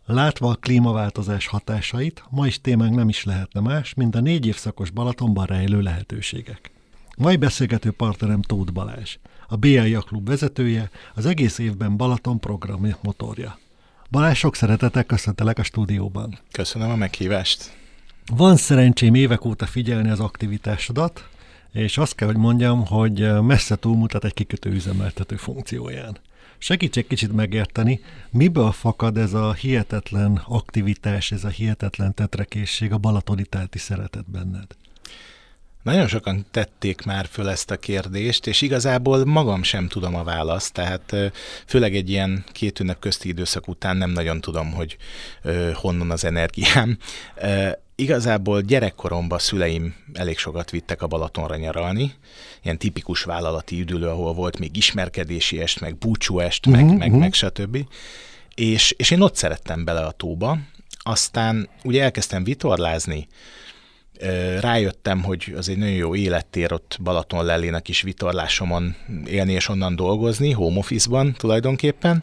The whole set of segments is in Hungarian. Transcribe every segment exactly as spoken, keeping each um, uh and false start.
Látva a klímaváltozás hatásait, ma is témánk nem is lehetne más, mint a négy évszakos Balatonban rejlő lehetőségek. Mai beszélgető partnerem Tóth Balázs, a bé el Yacht vezetője, az egész évben Balaton program motorja. Balázs, sok szeretettel köszöntelek a stúdióban. Köszönöm a meghívást. Van szerencsém évek óta figyelni az aktivitásodat, és azt kell, hogy mondjam, hogy messze túlmutat egy kikötő üzemeltető funkcióján. Segíts egy kicsit megérteni, miből fakad ez a hihetetlen aktivitás, ez a hihetetlen tetrekészség, a balatoni tálti szeretet benned? Nagyon sokan tették már föl ezt a kérdést, és igazából magam sem tudom a választ, tehát főleg egy ilyen két ünnep közti időszak után nem nagyon tudom, hogy honnan az energiám. Igazából gyerekkoromban szüleim elég sokat vittek a Balatonra nyaralni, ilyen tipikus vállalati üdülő, ahol volt még ismerkedési est, meg búcsúest, meg, uh-huh, meg, uh-huh. meg stb. És, és én ott szerettem bele a tóba, aztán ugye elkezdtem vitorlázni, rájöttem, hogy az egy nagyon jó élettér ott Balaton lellén a kis vitorlásomon élni és onnan dolgozni, home office-ban tulajdonképpen,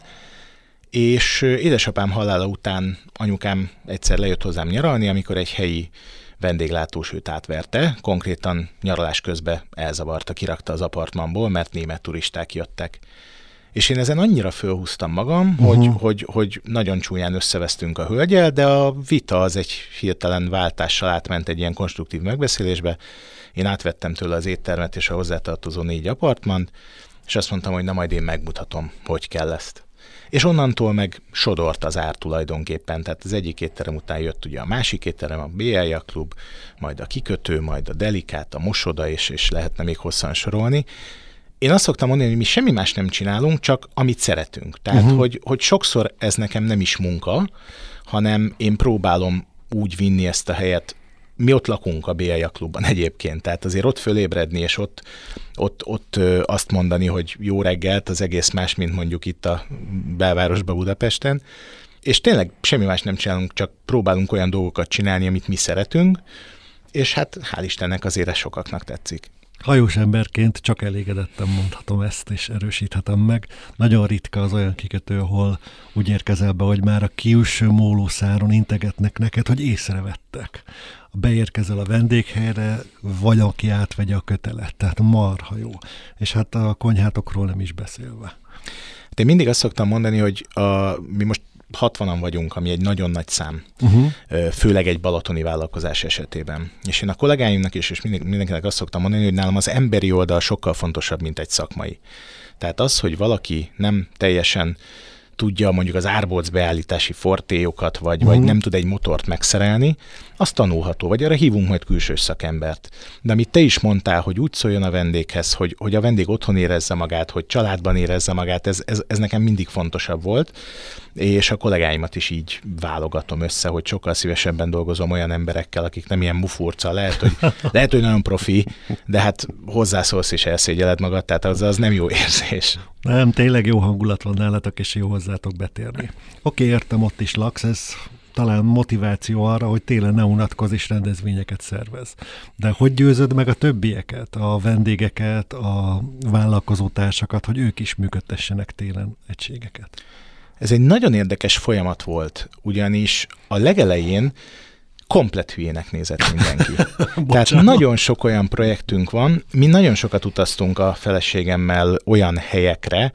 és édesapám halála után anyukám egyszer lejött hozzám nyaralni, amikor egy helyi vendéglátós őt átverte, konkrétan nyaralás közben elzavarta, kirakta az apartmanból, mert német turisták jöttek. És én ezen annyira fölhúztam magam, uh-huh. hogy, hogy, hogy nagyon csúnyán összevesztünk a hölgyel, de a vita az egy hirtelen váltással átment egy ilyen konstruktív megbeszélésbe. Én átvettem tőle az éttermet és a hozzátartozó négy apartmant, és azt mondtam, hogy na majd én megmutatom, hogy kell ezt. És onnantól meg sodort az ár tulajdonképpen, tehát az egyik étterem után jött ugye a másik étterem, a bé el Yacht Club, majd a kikötő, majd a Delikát, a mosoda, és, és lehetne még hosszan sorolni. Én azt szoktam mondani, hogy mi semmi más nem csinálunk, csak amit szeretünk. Tehát, uh-huh. hogy, hogy sokszor ez nekem nem is munka, hanem én próbálom úgy vinni ezt a helyet. Mi ott lakunk a bé el Yacht Clubban egyébként, tehát azért ott fölébredni, és ott, ott, ott azt mondani, hogy jó reggelt, az egész más, mint mondjuk itt a belvárosban, Budapesten. És tényleg semmi más nem csinálunk, csak próbálunk olyan dolgokat csinálni, amit mi szeretünk, és hát hál' Istennek azért ez sokaknak tetszik. Hajós emberként csak elégedetten mondhatom ezt, és erősíthetem meg. Nagyon ritka az olyan kikötő, ahol úgy érkezel be, hogy már a külső mólószáron integetnek neked, hogy észrevettek. Beérkezel a vendéghelyre, vagy aki átvegye a kötelet. Tehát marha jó. És hát a konyhátokról nem is beszélve. De én mindig azt szoktam mondani, hogy a, mi most hatvanan vagyunk, ami egy nagyon nagy szám, uh-huh. főleg egy balatoni vállalkozás esetében. És én a kollégáimnak is, és mindenkinek azt szoktam mondani, hogy nálam az emberi oldal sokkal fontosabb, mint egy szakmai. Tehát az, hogy valaki nem teljesen tudja mondjuk az árbóc beállítási fortéjokat, vagy, uh-huh. vagy nem tud egy motort megszerelni, az tanulható, vagy arra hívunk majd külsős szakembert. De amit te is mondtál, hogy úgy szóljon a vendéghez, hogy, hogy a vendég otthon érezze magát, hogy családban érezze magát, ez, ez, ez nekem mindig fontosabb volt, és a kollégáimat is így válogatom össze, hogy sokkal szívesebben dolgozom olyan emberekkel, akik nem ilyen mufurca, lehet, hogy, lehet, hogy nagyon profi, de hát hozzászólsz és elszégyeled magad, tehát az, az nem jó érzés. Nem, tényleg jó hangulat van nálatok, és jó hozzátok betérni. Oké, értem, ott is laksz, ez talán motiváció arra, hogy télen ne unatkozz és rendezvényeket szervez. De hogy győzöd meg a többieket, a vendégeket, a vállalkozótársakat, hogy ők is működtessenek télen egységeket? Ez egy nagyon érdekes folyamat volt, ugyanis a legelején komplett hülyének nézett mindenki. Tehát nagyon sok olyan projektünk van, mi nagyon sokat utaztunk a feleségemmel olyan helyekre,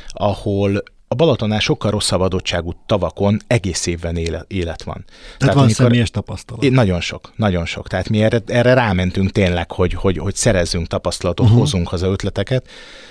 ahol a Balatonnál sokkal rosszabb adottságú tavakon egész évben élet van. Tehát, Tehát van amikor, személyes tapasztalat. Nagyon sok, nagyon sok. Tehát mi erre, erre rámentünk tényleg, hogy, hogy, hogy szerezzünk tapasztalatot, uh-huh. hozzunk haza ötleteket.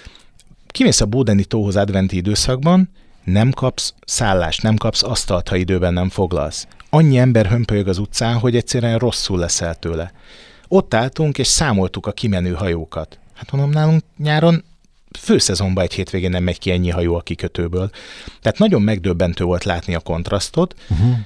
Kimész a Bódeni tóhoz adventi időszakban, nem kapsz szállást, nem kapsz asztalt, ha időben nem foglalsz. Annyi ember hömpölyög az utcán, hogy egyszerűen rosszul leszel tőle. Ott álltunk, és számoltuk a kimenő hajókat. Hát mondom, nálunk nyáron főszezonban egy hétvégén nem megy ki ennyi hajó a kikötőből. Tehát nagyon megdöbbentő volt látni a kontrasztot, uh-huh.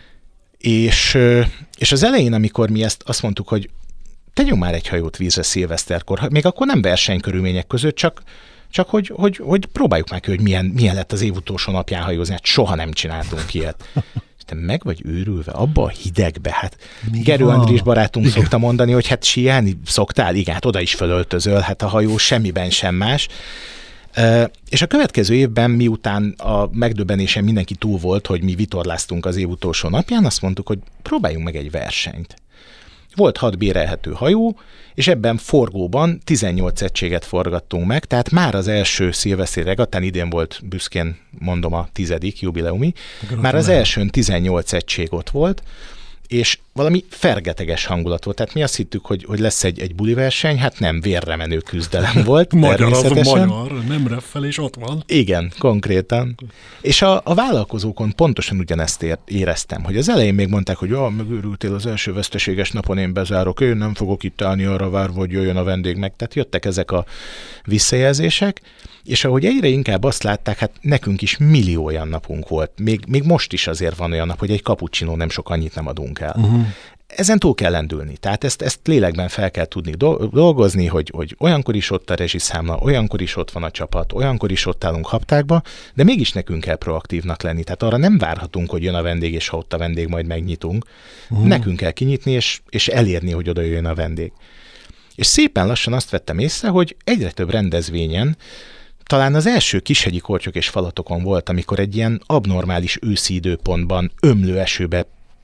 és, és az elején, amikor mi ezt azt mondtuk, hogy tegyünk már egy hajót vízre szilveszterkor, még akkor nem versenykörülmények között, csak, csak hogy, hogy, hogy próbáljuk meg, hogy milyen, milyen lett az év utolsó napján hajózni, hát soha nem csináltunk ilyet. Te meg vagy őrülve abba a hidegbe, hát mi Gerő van? Andris barátunk igen. szokta mondani, hogy hát síelni szoktál, igen, hát oda is fölöltözöl, hát a hajó semmiben sem más. És a következő évben, miután a megdöbbenésen mindenki túl volt, hogy mi vitorláztunk az év utolsó napján, azt mondtuk, hogy próbáljunk meg egy versenyt. Volt hat bérelhető hajó, és ebben forgóban tizennyolc egységet forgattunk meg, tehát már az első szilveszteri regattán, idén volt büszkén mondom a tizedik jubileumi, már az elsőn tizennyolc egység ott volt, és valami fergeteges hangulat volt. Tehát mi azt hittük, hogy, hogy lesz egy, egy buli verseny, hát nem, vérre menő küzdelem volt. Magyar az magyar, nem reffel, és ott van. Igen, konkrétan. És a, a vállalkozókon pontosan ugyanezt ér, éreztem, hogy az elején még mondták, hogy ja, megőrültél az első veszteséges napon, én bezárok, én nem fogok itt állni arra várva, hogy jöjjön a vendég meg. Tehát jöttek ezek a visszajelzések, és ahogy egyre inkább azt látták, hát nekünk is millió olyan napunk volt. Még, még most is azért van olyan nap, hogy egy cappuccino nem sok annyit nem adunk el. Uh-huh. Ezen túl kell lendülni. Tehát ezt, ezt lélekben fel kell tudni dolgozni, hogy, hogy olyankor is ott a rezsiszámla, olyankor is ott van a csapat, olyankor is ott állunk haptákba, de mégis nekünk kell proaktívnak lenni. Tehát arra nem várhatunk, hogy jön a vendég, és ha ott a vendég, majd megnyitunk. Uh-huh. Nekünk kell kinyitni, és, és elérni, hogy oda jöjjön a vendég. És szépen lassan azt vettem észre, hogy egyre több rendezvényen, talán az első kishegyi kortyok és falatokon volt, amikor egy ilyen abnormális őszi időpontban ömlő esőbe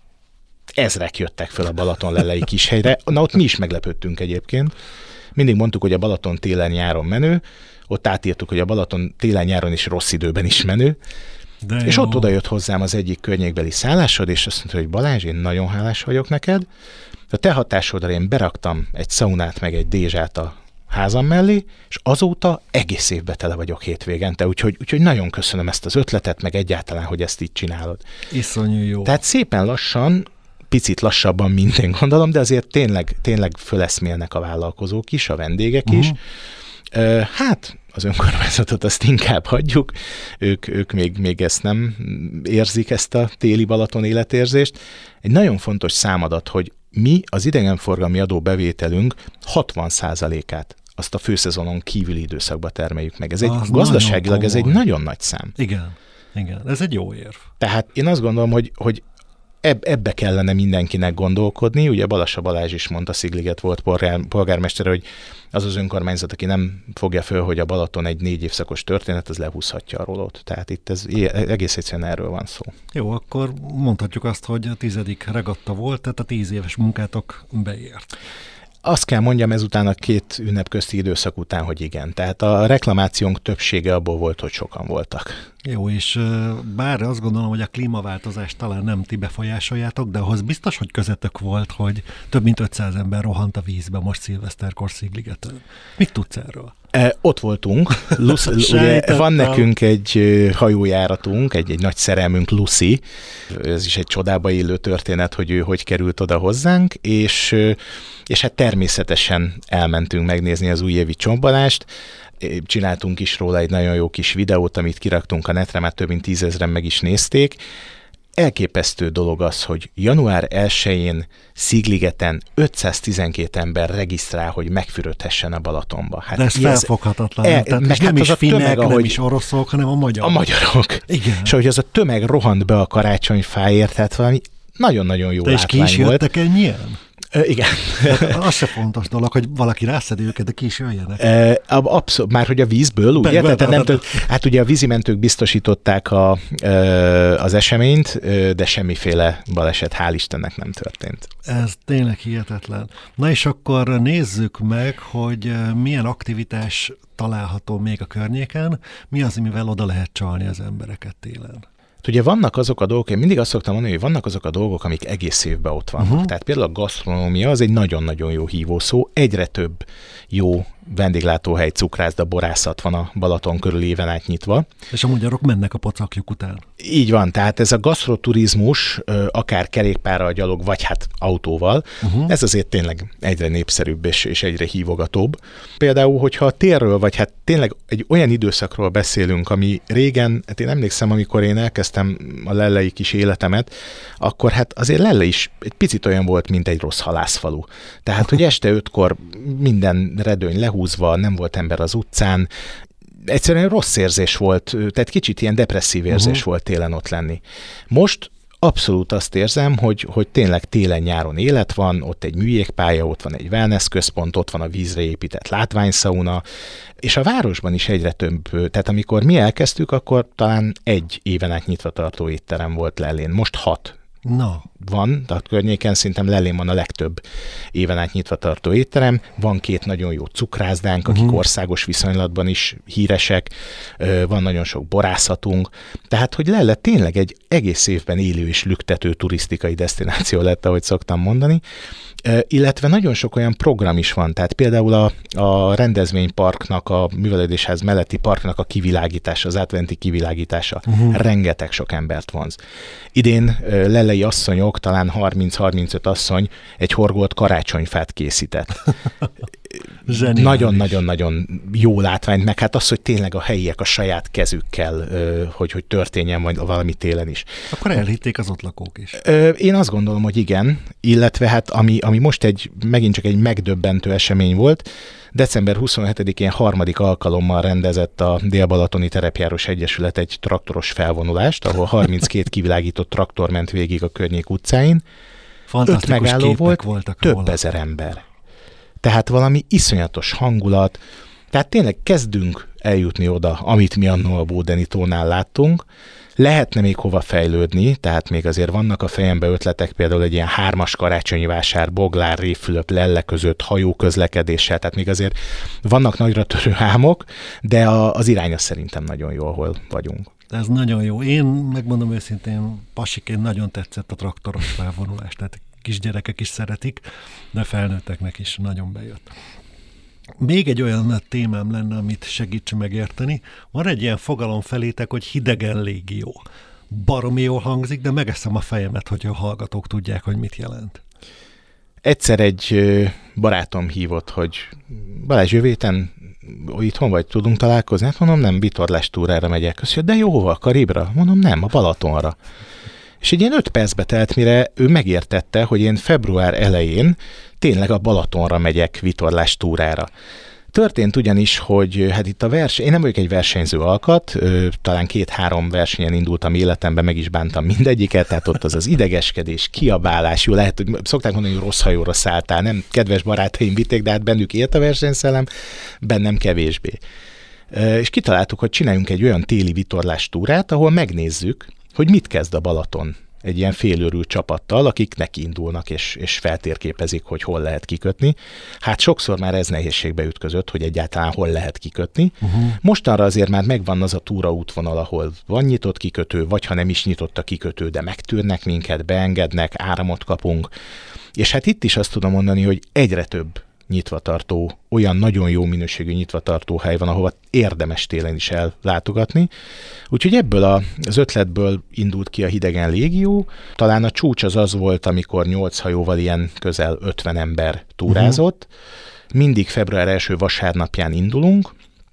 ezrek jöttek fel a Balatonlellei kishegyre. Na, ott mi is meglepődtünk egyébként. Mindig mondtuk, hogy a Balaton télen-nyáron menő, ott átírtuk, hogy a Balaton télen-nyáron is rossz időben is menő. De és jó. Ott oda jött hozzám az egyik környékbeli szállásod, és azt mondta, hogy Balázs, én nagyon hálás vagyok neked. A te hatásodra én beraktam egy szaunát meg egy dézsát a házam mellé, és azóta egész évben tele vagyok hétvégente, úgyhogy, úgyhogy nagyon köszönöm ezt az ötletet, meg egyáltalán, hogy ezt így csinálod. Iszonyú jó. Tehát szépen lassan, picit lassabban, mint én gondolom, de azért tényleg, tényleg föleszmélnek a vállalkozók is, a vendégek is. Uh-huh. Hát az önkormányzatot azt inkább hagyjuk, ők, ők még, még ezt nem érzik, ezt a téli Balaton életérzést. Egy nagyon fontos számadat, hogy mi az idegenforgalmi adó bevételünk hatvan százalékát azt a főszezonon kívüli időszakban termeljük meg. Ez egy az gazdaságilag ez egy nagyon nagy szám. Igen, igen, ez egy jó érv. Tehát én azt gondolom, hogy, hogy ebbe kellene mindenkinek gondolkodni. Ugye Balassa Balázs is mondta, Szigliget volt polgár, polgármester, hogy az az önkormányzat, aki nem fogja föl, hogy a Balaton egy négy évszakos történet, az lehúzhatja a rolót. Tehát itt ez egész egyszerűen erről van szó. Jó, akkor mondhatjuk azt, hogy a tizedik regatta volt, tehát a tíz éves munkátok beért. Azt kell mondjam ezután a két ünnep közti időszak után, hogy igen. Tehát a reklamációnk többsége abból volt, hogy sokan voltak. Jó, és bár azt gondolom, hogy a klímaváltozást talán nem ti befolyásoljátok, de ahhoz biztos, hogy közetek volt, hogy több mint ötszáz ember rohant a vízbe most szilveszterkor Szigligeten. Mit tudsz erről? E, ott voltunk. Lucy, ugye van nekünk egy hajójáratunk, egy, egy nagy szerelmünk, Lucy. Ez is egy csodába illő történet, hogy ő hogy került oda hozzánk, és, és hát természetesen elmentünk megnézni az újévi csobbanást. Csináltunk is róla egy nagyon jó kis videót, amit kiraktunk a netre, már több mint tízezren meg is nézték. Elképesztő dolog az, hogy január elsején Szigligeten ötszáztizenkét ember regisztrál, hogy megfürödhessen a Balatonba. Hát de ez felfoghatatlan. E, Tehát meg nem hát is finnek, tömeg, nem ahogy, is oroszok, hanem a magyarok. A magyarok. Igen. És ahogy az a tömeg rohant be a karácsonyfáért, tehát valami nagyon-nagyon jó de látvány volt. De és ki is jöttek ennyien? Ö, igen. Hát az se fontos dolog, hogy valaki rászedi őket, de ki is jöjjenek. E, abszolút, már hogy a vízből, ugye? Be, be, nem tud, hát ugye a vízimentők biztosították a, az eseményt, de semmiféle baleset, hál' Istennek nem történt. Ez tényleg hihetetlen. Na és akkor nézzük meg, hogy milyen aktivitás található még a környéken, mi az, amivel oda lehet csalni az embereket télen. Ugye vannak azok a dolgok, én mindig azt szoktam mondani, hogy vannak azok a dolgok, amik egész évben ott vannak. Uh-huh. Tehát például a gasztronómia az egy nagyon-nagyon jó hívószó, egyre több jó vendéglátóhely, cukrászda, borászat van a Balaton körül éven át nyitva. És a magyarok mennek a pocakjuk után. Így van, tehát ez a gasztroturizmus, akár kerékpárral, gyalog, vagy hát autóval, uh-huh. ez azért tényleg egyre népszerűbb és, és egyre hívogatóbb. Például, hogyha a térről, vagy hát tényleg egy olyan időszakról beszélünk, ami régen, hát én emlékszem, amikor én elkezdtem a lellei kis életemet, akkor hát azért Lelle is egy picit olyan volt, mint egy rossz halászfalu. Tehát, hogy este ötkor minden redőny lehúzva, nem volt ember az utcán, egyszerűen rossz érzés volt, tehát kicsit ilyen depresszív érzés uh-huh. volt télen ott lenni. Most abszolút azt érzem, hogy, hogy tényleg télen-nyáron élet van, ott egy műjégpálya, ott van egy wellness központ, ott van a vízre épített látványszauna, és a városban is egyre több, tehát amikor mi elkezdtük, akkor talán egy éven át nyitva tartó étterem volt Lellén, most hat. No. Van, de a környéken szerintem Lellén van a legtöbb éven át nyitva tartó étterem, van két nagyon jó cukrászdánk, akik uh-huh. országos viszonylatban is híresek, van nagyon sok borászatunk, tehát hogy Lelle tényleg egy egész évben élő és lüktető turisztikai desztináció lett, ahogy szoktam mondani, illetve nagyon sok olyan program is van, tehát például a, a rendezvényparknak, a művelődésház melletti parknak a kivilágítása, az átveneti kivilágítása uh-huh. rengeteg sok embert vonz. Idén lellei asszonyok, talán harminc-harmincöt asszony egy horgolt karácsonyfát készített. Nagyon-nagyon-nagyon jó látvány, meg hát az, hogy tényleg a helyiek a saját kezükkel, hogy, hogy történjen majd valami télen is. Akkor elhitték az ott lakók is. Én azt gondolom, hogy igen, illetve hát ami, ami most egy, megint csak egy megdöbbentő esemény volt, december huszonhetedikén harmadik alkalommal rendezett a Dél-Balatoni Terepjárós Egyesület egy traktoros felvonulást, ahol harminckét kivilágított traktor ment végig a környék utcáin. Öt megálló volt, több róla. Ezer ember. Tehát valami iszonyatos hangulat, tehát tényleg kezdünk eljutni oda, amit mi annól a Bódenitónál láttunk. Lehetne még hova fejlődni, tehát még azért vannak a fejembe ötletek, például egy ilyen hármas karácsonyi vásár, Boglár, Révfülöp, Lelle között hajó közlekedéssel, tehát még azért vannak nagyra törő álmok, de a, az irány az szerintem nagyon jó, ahol vagyunk. Ez nagyon jó. Én megmondom őszintén, pasiként nagyon tetszett a traktoros felvonulás, tehát kisgyerekek is szeretik, de felnőtteknek is nagyon bejött. Még egy olyan témám lenne, amit segíts megérteni. Van egy ilyen fogalom felétek, hogy hidegen légió. Baromi jól hangzik, de megeszem a fejemet, hogy a hallgatók tudják, hogy mit jelent. Egyszer egy barátom hívott, hogy Balázs, jövő héten itthon vagy, tudunk találkozni? Hát mondom, nem, vitorlás túrára megyek. Azt mondja, de jó, hova? Karibra? Mondom, nem, a Balatonra. És egy ilyen öt percbe telt, mire ő megértette, hogy én február elején tényleg a Balatonra megyek vitorlás túrára. Történt ugyanis, hogy hát itt a verseny, én nem vagyok egy versenyző alkat, talán két-három versenyen indultam életemben, meg is bántam mindegyiket, tehát ott az az idegeskedés, kiabálás, jó, lehet, hogy szokták mondani, hogy rossz hajóra szálltál, nem kedves barátaim vitték, de hát bennük élt a versenyszellem, bennem kevésbé. És kitaláltuk, hogy csináljunk egy olyan téli vitorlás túrát, ahol megnézzük, hogy mit kezd a Balaton egy ilyen félőrült csapattal, akik nekiindulnak és, és feltérképezik, hogy hol lehet kikötni. Hát sokszor már ez nehézségbe ütközött, hogy egyáltalán hol lehet kikötni. Uh-huh. Mostanra azért már megvan az a túraútvonal, ahol van nyitott kikötő, vagy ha nem is nyitott a kikötő, de megtűrnek minket, beengednek, áramot kapunk. És hát itt is azt tudom mondani, hogy egyre több nyitvatartó, olyan nagyon jó minőségű nyitvatartó hely van, ahova érdemes télen is ellátogatni. Úgyhogy ebből a, az ötletből indult ki a hidegen légió. Talán a csúcs az az volt, amikor nyolc hajóval ilyen közel ötven ember túrázott. Uh-huh. Mindig február első vasárnapján indulunk,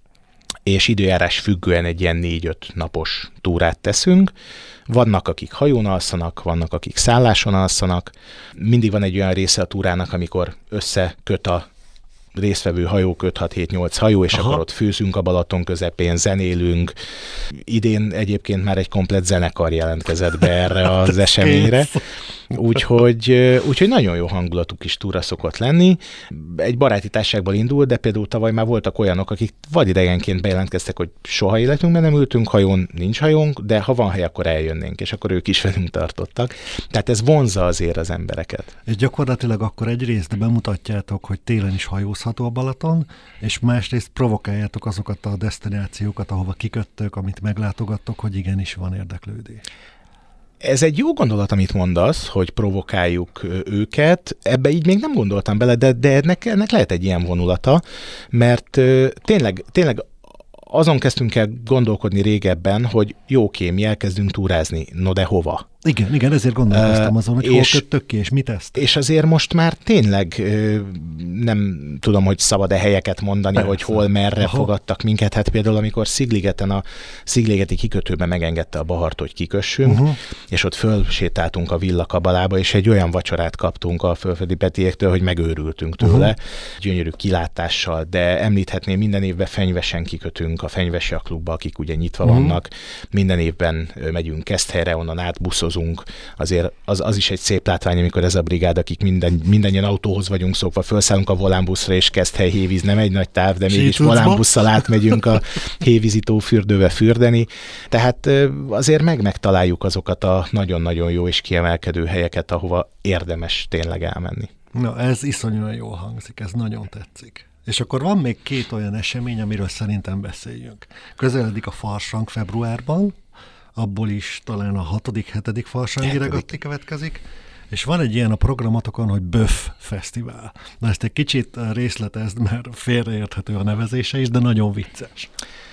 és időjárás függően egy ilyen négy-öt napos túrát teszünk. Vannak, akik hajón alszanak, vannak, akik szálláson alszanak. Mindig van egy olyan része a túrának, amikor összeköt a résztvevő hajó, köt hat-hét-nyolc hajó, és Aha. akkor ott főzünk a Balaton közepén, zenélünk. Idén egyébként már egy komplett zenekar jelentkezett be erre az eseményre. Úgyhogy, úgyhogy nagyon jó hangulatú kis túra szokott lenni. Egy baráti társaságból indul, de például tavaly már voltak olyanok, akik vadidegenként bejelentkeztek, hogy soha életünkben nem ültünk hajón, nincs hajónk, de ha van hely, akkor eljönnénk, és akkor ők is velünk tartottak. Tehát ez vonzza azért az embereket. És gyakorlatilag akkor egyrészt bemutatjátok, hogy télen is hajózható a Balaton, és másrészt provokáljátok azokat a desztinációkat, ahova kiköttök, amit meglátogattok, hogy igenis van érdeklődés. Ez egy jó gondolat, amit mondasz, hogy provokáljuk őket. Ebbe így még nem gondoltam bele, de, de ennek, ennek lehet egy ilyen vonulata, mert tényleg, tényleg azon kezdtünk el gondolkodni régebben, hogy jó, oké, mi elkezdünk túrázni, no de hova? Igen, igen, ezért gondolkoztam azon, hogy és, hol köttök ki, és mit ezt? És azért most már tényleg nem tudom, hogy szabad-e helyeket mondani, Persze. hogy hol, merre Aha. fogadtak minket. Hát például, amikor Szigligeten a Szigligeti kikötőben megengedte a Bahart, hogy kikössünk, uh-huh. és ott fölsétáltunk a Villakabalába, és egy olyan vacsorát kaptunk a Fölföldi Petiéktől, hogy megőrültünk tőle. Uh-huh. Gyönyörű kilátással, de említhetném, minden évben Fenyvesen kikötünk, a Fenyvesi Klubba, akik ugye nyitva uh-huh. vannak. Minden évben megyünk Keszthelyre, onnan átbuszozunk autózunk, azért az, az is egy szép látvány, amikor ez a brigád, akik minden, mindannyian autóhoz vagyunk szokva, felszállunk a volánbuszra, és kezd helyhévíz, nem egy nagy táv, de mégis volánbusszal átmegyünk a hévízító fürdőbe fürdeni. Tehát azért meg megtaláljuk azokat a nagyon-nagyon jó és kiemelkedő helyeket, ahova érdemes tényleg elmenni. Na, ez iszonyúan jól hangzik, ez nagyon tetszik. És akkor van még két olyan esemény, amiről szerintem beszéljünk. Közeledik a farsang februárban, abból is talán a hatodik, hetedik farsangi regatta következik, és van egy ilyen a programotokon, hogy Böf Fesztivál. Na ezt egy kicsit részletezd, mert félreérthető a nevezése is, de nagyon vicces.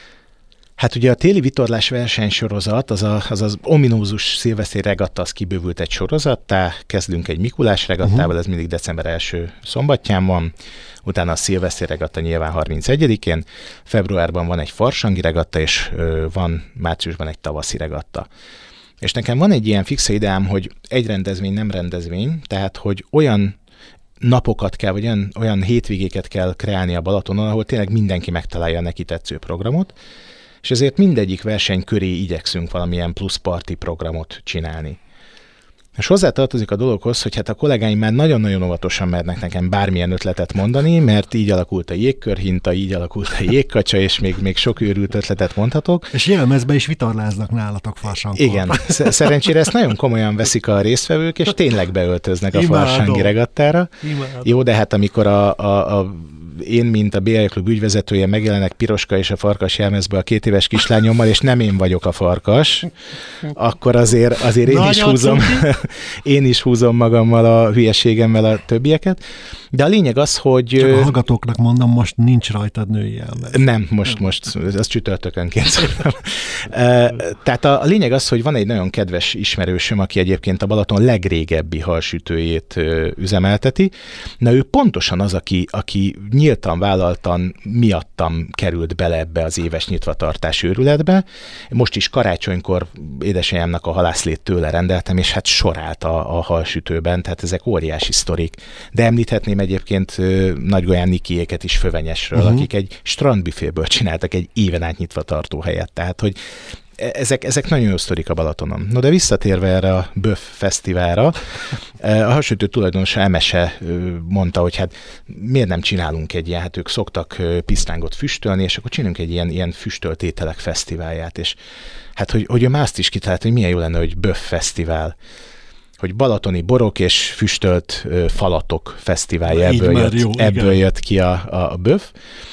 Hát ugye a téli vitorlás versenysorozat, az a, az, az ominózus szilveszteri regatta, az kibővült egy sorozattá, kezdünk egy Mikulás regattával, uh-huh. ez mindig december első szombatján van, utána a szilveszteri regatta nyilván harmincegyedikén, februárban van egy farsangi regatta, és ö, van márciusban egy tavaszi regatta. És nekem van egy ilyen fixa ideám, hogy egy rendezvény nem rendezvény, tehát hogy olyan napokat kell, vagy olyan, olyan hétvégéket kell kreálni a Balatonon, ahol tényleg mindenki megtalálja a neki tetsző programot, és ezért mindegyik verseny köré igyekszünk valamilyen plusz parti programot csinálni. És hozzátartozik a dologhoz, hogy hát a kollégáim már nagyon-nagyon óvatosan mernek nekem bármilyen ötletet mondani, mert így alakult a jégkörhinta, így alakult a jégkacsa, és még, még sok őrült ötletet mondhatok. És jelmezbe is vitorláznak nálatok farsankor. Igen, szerencsére ezt nagyon komolyan veszik a résztvevők, és tényleg beöltöznek a Imádom. farsangi regattára. Imádom. Jó, de hát amikor a, a, a én, mint a bé el Klub ügyvezetője megjelenek Piroska és a farkas jelmezbe a két éves kislányommal, és nem én vagyok a farkas, akkor azért, azért én, is húzom, én is húzom magammal a hülyeségemmel a többieket. De a lényeg az, hogy... Csak a hallgatóknak mondom, most nincs rajtad női jelmez. Nem, most, most, ez csütörtökönként szóltam. Tehát a, a lényeg az, hogy van egy nagyon kedves ismerősöm, aki egyébként a Balaton legrégebbi halsütőjét üzemelteti. Na ő pontosan az, aki, aki nyíltan, vállaltan, miattam került bele ebbe az éves nyitvatartás őrületbe. Most is karácsonykor édesanyámnak a halászlét tőle rendeltem, és hát sorált a, a halsütőben, tehát ezek óriási sztorik. De említhetném egyébként Nagygolyán Nikiéket is Fövenyesről, uh-huh. akik egy strandbüféből csináltak egy éven át nyitva tartó helyet. Tehát, hogy ezek, ezek nagyon jó sztorik a Balatonon. No, de visszatérve erre a Böf Fesztiválra, a halsütő tulajdonosa Emese mondta, hogy hát miért nem csinálunk egy ilyen, hát ők szoktak pisztángot füstölni, és akkor csinálunk egy ilyen, ilyen füstölt ételek fesztiválját, és hát, hogy, hogy ő már azt is kitalált, hogy milyen jó lenne, hogy Böf Fesztivál, hogy balatoni borok és füstölt ö, falatok fesztiválja, ebből, jött, jó, ebből jött ki a, a, a Böf,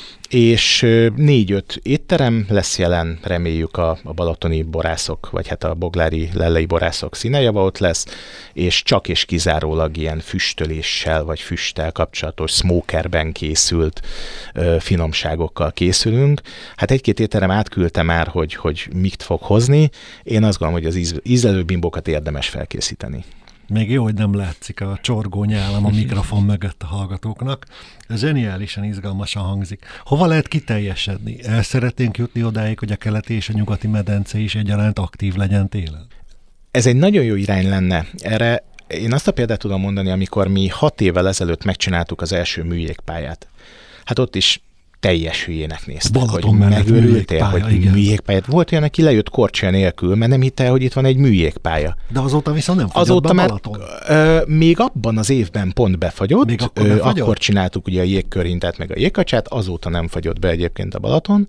és négy-öt étterem lesz jelen, reméljük a, a balatoni borászok, vagy hát a boglári lellei borászok színejava ott lesz, és csak és kizárólag ilyen füstöléssel, vagy füsttel kapcsolatos smokerben készült ö, finomságokkal készülünk. Hát egy-két étterem átküldte már, hogy, hogy mit fog hozni. Én azt gondolom, hogy az íz, ízlelő bimbókat érdemes felkészíteni. Még jó, hogy nem látszik a csorgó nyálam a mikrofon mögött a hallgatóknak. Ez zseniálisan izgalmasan hangzik. Hova lehet kiteljesedni? El szeretnénk jutni odáig, hogy a keleti és a nyugati medence is egyaránt aktív legyen télen? Ez egy nagyon jó irány lenne. Erre én azt a példát tudom mondani, amikor mi hat évvel ezelőtt megcsináltuk az első műjégpályát. Hát ott is teljes hülyének néztek, Balaton hogy megőrültél, hogy igen. műjégpályát. Volt olyan, aki lejött korcsolya nélkül, mert nem hitte, hogy itt van egy műjégpálya. De azóta viszont nem fagyott azóta be Balaton. Ö, még abban az évben pont befagyott. Még akkor, ö, akkor csináltuk ugye a jégkörhintát meg a jégkacsát, azóta nem fagyott be egyébként a Balaton.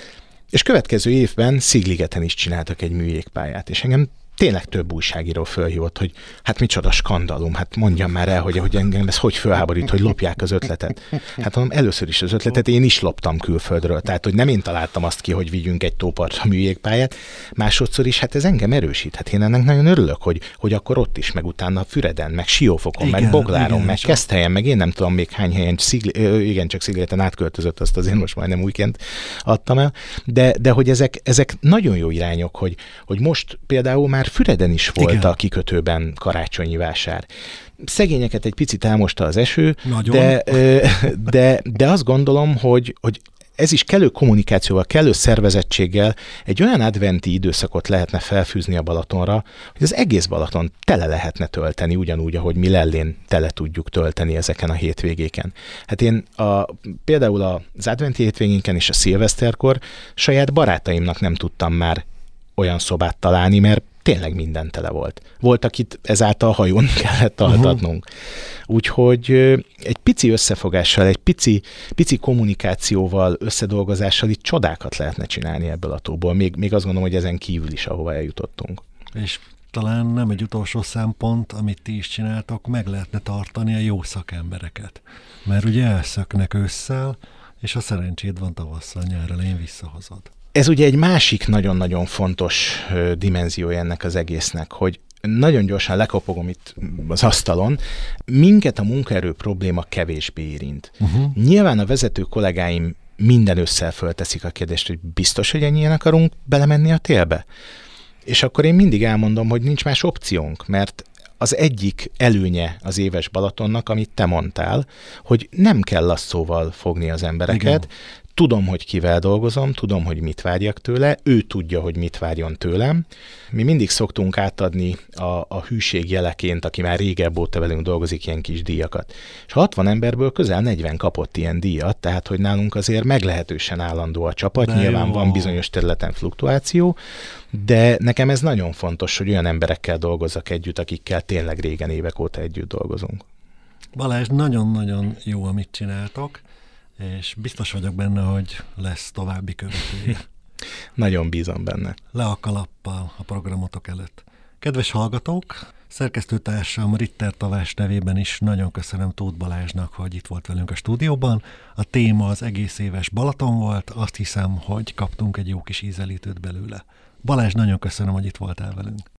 És következő évben Szigligeten is csináltak egy műjégpályát, és engem tényleg több újságíró fölhívott, hogy hát micsoda skandalum, hát mondjam már el, hogy, hogy engem ez hogy fölháborít, hogy lopják az ötletet. Hát mondom, először is az ötletet én is loptam külföldről, tehát hogy nem én találtam azt ki, hogy vigyünk egy tópartra műjégpályát, másodszor is, hát ez engem erősít. Hát én ennek nagyon örülök, hogy, hogy akkor ott is, meg utána Füreden, meg Siófokon, igen, meg Bogláron, igen, meg Keszthelyen, meg én nem tudom még hány helyen, Szigli, igen, csak Szigligeten átköltözött, azt azért most majdnem újként adtam el, de, de hogy ezek, ezek nagyon jó irányok, hogy, hogy most például már Füreden is volt igen. a kikötőben karácsonyi vásár. Szegényeket egy picit elmosta az eső, de, de, de azt gondolom, hogy, hogy ez is kellő kommunikációval, kellő szervezettséggel egy olyan adventi időszakot lehetne felfűzni a Balatonra, hogy az egész Balaton tele lehetne tölteni, ugyanúgy, ahogy mi Lellén tele tudjuk tölteni ezeken a hétvégéken. Hát én a, például az adventi hétvégénken és a szilveszterkor saját barátaimnak nem tudtam már olyan szobát találni, mert tényleg minden tele volt. Volt, akit ezáltal hajón kellett altatnunk. Uh-huh. Úgyhogy egy pici összefogással, egy pici, pici kommunikációval, összedolgozással itt csodákat lehetne csinálni ebből a tóból. Még, még azt gondolom, hogy ezen kívül is, ahova eljutottunk. És talán nem egy utolsó szempont, amit ti is csináltok, meg lehetne tartani a jó szakembereket. Mert ugye elszöknek ősszel, és a szerencséd van tavasszal, nyár elején visszahozod. Ez ugye egy másik nagyon-nagyon fontos dimenziója ennek az egésznek, hogy nagyon gyorsan lekopogom itt az asztalon, minket a munkaerő probléma kevésbé érint. Uh-huh. Nyilván a vezető kollégáim minden ősszel fölteszik a kérdést, hogy biztos, hogy ennyien akarunk belemenni a télbe? És akkor én mindig elmondom, hogy nincs más opciónk, mert az egyik előnye az éves Balatonnak, amit te mondtál, hogy nem kell lasszóval fogni az embereket. Igen. Tudom, hogy kivel dolgozom, tudom, hogy mit várjak tőle, ő tudja, hogy mit várjon tőlem. Mi mindig szoktunk átadni a, a hűség jeleként, aki már régebb óta velünk dolgozik, ilyen kis díjakat. És hatvan emberből közel negyven kapott ilyen díjat, tehát hogy nálunk azért meglehetősen állandó a csapat, de nyilván jó. Van bizonyos területen fluktuáció, de nekem ez nagyon fontos, hogy olyan emberekkel dolgozzak együtt, akikkel tényleg régen évek óta együtt dolgozunk. Balázs, nagyon-nagyon jó, amit csináltok, és biztos vagyok benne, hogy lesz további követője. Nagyon bízom benne. Le a kalappal a programotok előtt. Kedves hallgatók, szerkesztőtársam Ritter Tavás nevében is nagyon köszönöm Tóth Balázsnak, hogy itt volt velünk a stúdióban. A téma az egész éves Balaton volt, azt hiszem, hogy kaptunk egy jó kis ízelítőt belőle. Balázs, nagyon köszönöm, hogy itt voltál velünk.